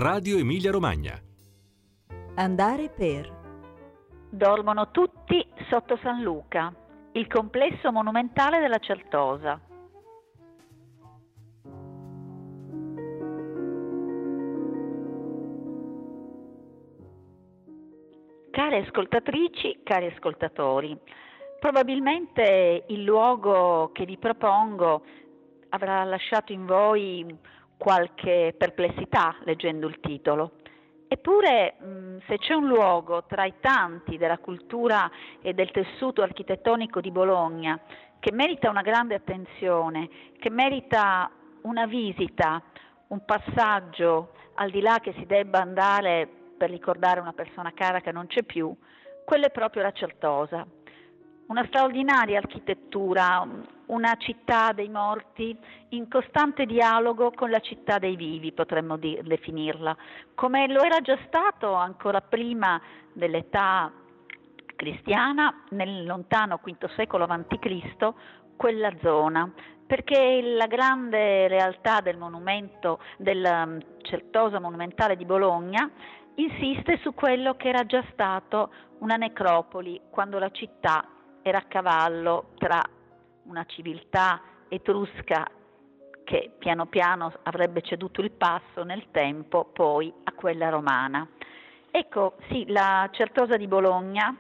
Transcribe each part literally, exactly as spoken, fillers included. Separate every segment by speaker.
Speaker 1: Radio Emilia Romagna.
Speaker 2: Andare per.
Speaker 3: Dormono tutti sotto San Luca, il complesso monumentale della Certosa. Care ascoltatrici, cari ascoltatori, probabilmente il luogo che vi propongo avrà lasciato in voi qualche perplessità leggendo il titolo. Eppure, mh, se c'è un luogo tra i tanti della cultura e del tessuto architettonico di Bologna che merita una grande attenzione, che merita una visita, un passaggio, al di là che si debba andare per ricordare una persona cara che non c'è più, quello è proprio la Certosa. Una straordinaria architettura, una città dei morti in costante dialogo con la città dei vivi, potremmo dir, definirla, come lo era già stato ancora prima dell'età cristiana, nel lontano quinto secolo avanti Cristo, quella zona, perché la grande realtà del monumento, del Certosa monumentale di Bologna, insiste su quello che era già stato una necropoli quando la città era a cavallo tra una civiltà etrusca che piano piano avrebbe ceduto il passo nel tempo poi a quella romana. Ecco, sì, la Certosa di Bologna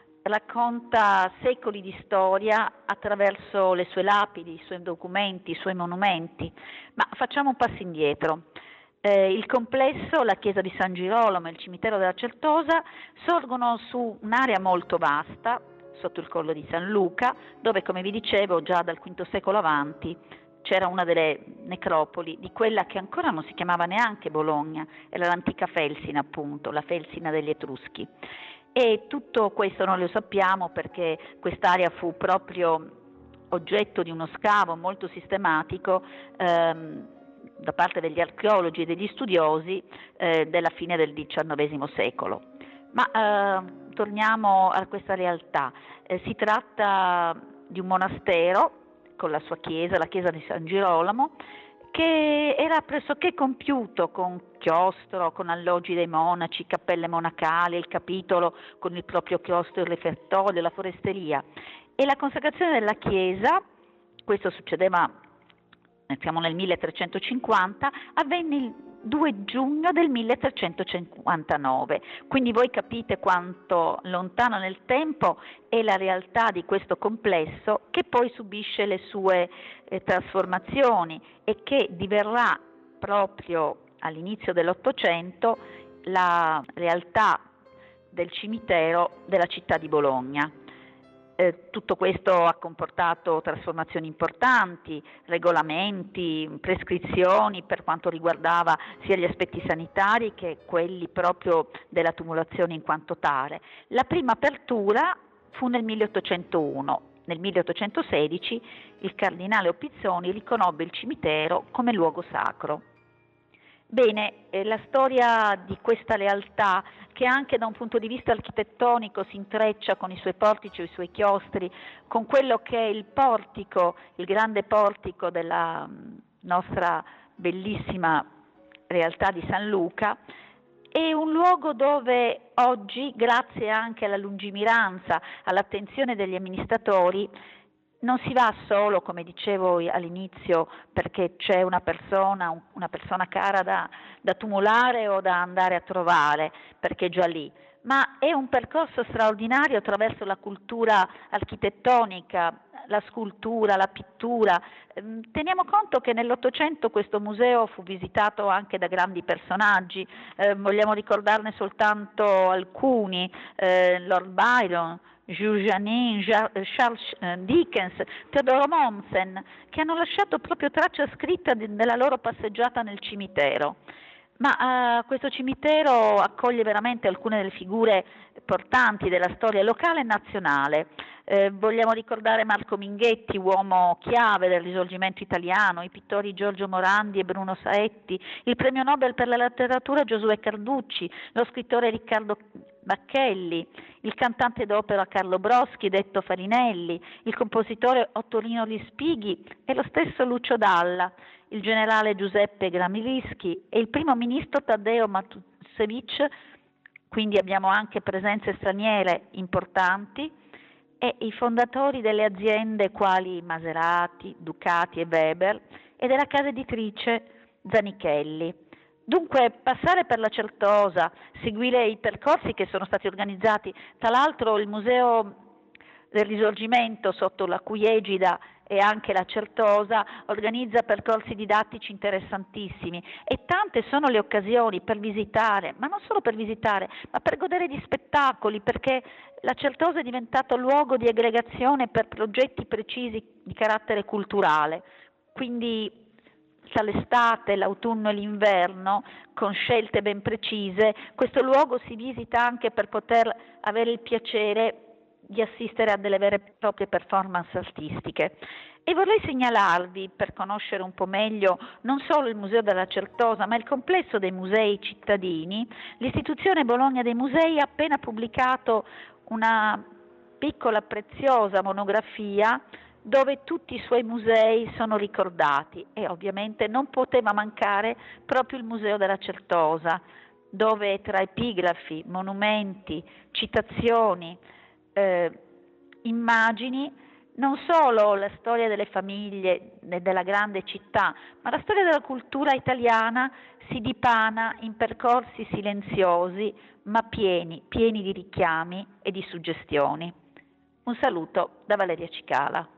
Speaker 3: racconta secoli di storia attraverso le sue lapidi, i suoi documenti, i suoi monumenti, ma facciamo un passo indietro. Eh, il complesso, la chiesa di San Girolamo e il cimitero della Certosa sorgono su un'area molto vasta, sotto il collo di San Luca, dove, come vi dicevo, già dal quinto secolo avanti c'era una delle necropoli di quella che ancora non si chiamava neanche Bologna, era l'antica Felsina, appunto, la Felsina degli Etruschi. E tutto questo noi lo sappiamo perché quest'area fu proprio oggetto di uno scavo molto sistematico ehm, da parte degli archeologi e degli studiosi eh, della fine del diciannovesimo secolo. Ma eh, torniamo a questa realtà. Eh, si tratta di un monastero con la sua chiesa, la chiesa di San Girolamo, che era pressoché compiuto con chiostro, con alloggi dei monaci, cappelle monacali, il capitolo con il proprio chiostro, il refettorio, la foresteria. E la consacrazione della chiesa, questo succedeva, siamo nel milletrecentocinquanta, avvenne il due giugno del milletrecentocinquantanove, quindi voi capite quanto lontano nel tempo è la realtà di questo complesso che poi subisce le sue eh, trasformazioni e che diverrà proprio all'inizio dell'Ottocento la realtà del cimitero della città di Bologna. Eh, tutto questo ha comportato trasformazioni importanti, regolamenti, prescrizioni per quanto riguardava sia gli aspetti sanitari che quelli proprio della tumulazione in quanto tale. La prima apertura fu nel milleottocentouno. Nel milleottocentosedici il cardinale Opizzoni riconobbe il cimitero come luogo sacro. Bene, eh, la storia di questa realtà, che anche da un punto di vista architettonico si intreccia con i suoi portici e i suoi chiostri, con quello che è il portico, il grande portico della mh, nostra bellissima realtà di San Luca, è un luogo dove oggi, grazie anche alla lungimiranza, all'attenzione degli amministratori, non si va solo, come dicevo all'inizio, perché c'è una persona, una persona cara da, da tumulare o da andare a trovare, perché è già lì, ma è un percorso straordinario attraverso la cultura architettonica, la scultura, la pittura. Teniamo conto che nell'Ottocento questo museo fu visitato anche da grandi personaggi, eh, vogliamo ricordarne soltanto alcuni, eh, Lord Byron, Jules Janin, Charles Dickens, Teodoro Mommsen, che hanno lasciato proprio traccia scritta della loro passeggiata nel cimitero. Ma uh, questo cimitero accoglie veramente alcune delle figure portanti della storia locale e nazionale. Eh, vogliamo ricordare Marco Minghetti, uomo chiave del Risorgimento italiano, i pittori Giorgio Morandi e Bruno Saetti, il premio Nobel per la letteratura Giosuè Carducci, lo scrittore Riccardo Bacchelli, il cantante d'opera Carlo Broschi, detto Farinelli, il compositore Ottorino Lispighi e lo stesso Lucio Dalla. il generale Giuseppe Gramilsky e il primo ministro Taddeo Matušević, quindi abbiamo anche presenze straniere importanti, e i fondatori delle aziende quali Maserati, Ducati e Weber e della casa editrice Zanichelli. Dunque passare per la Certosa, seguire i percorsi che sono stati organizzati, tra l'altro il Museo del Risorgimento, sotto la cui egida e anche la Certosa, organizza percorsi didattici interessantissimi e tante sono le occasioni per visitare, ma non solo per visitare, ma per godere di spettacoli, perché la Certosa è diventato luogo di aggregazione per progetti precisi di carattere culturale, quindi tra l'estate, l'autunno e l'inverno, con scelte ben precise, questo luogo si visita anche per poter avere il piacere di assistere a delle vere e proprie performance artistiche. E vorrei segnalarvi, per conoscere un po' meglio non solo il Museo della Certosa, ma il complesso dei musei cittadini, l'istituzione Bologna dei Musei ha appena pubblicato una piccola preziosa monografia dove tutti i suoi musei sono ricordati, e ovviamente non poteva mancare proprio il Museo della Certosa, dove tra epigrafi, monumenti, citazioni, eh, immagini, non solo la storia delle famiglie e della grande città, ma la storia della cultura italiana si dipana in percorsi silenziosi, ma pieni, pieni di richiami e di suggestioni. Un saluto da Valeria Cicala.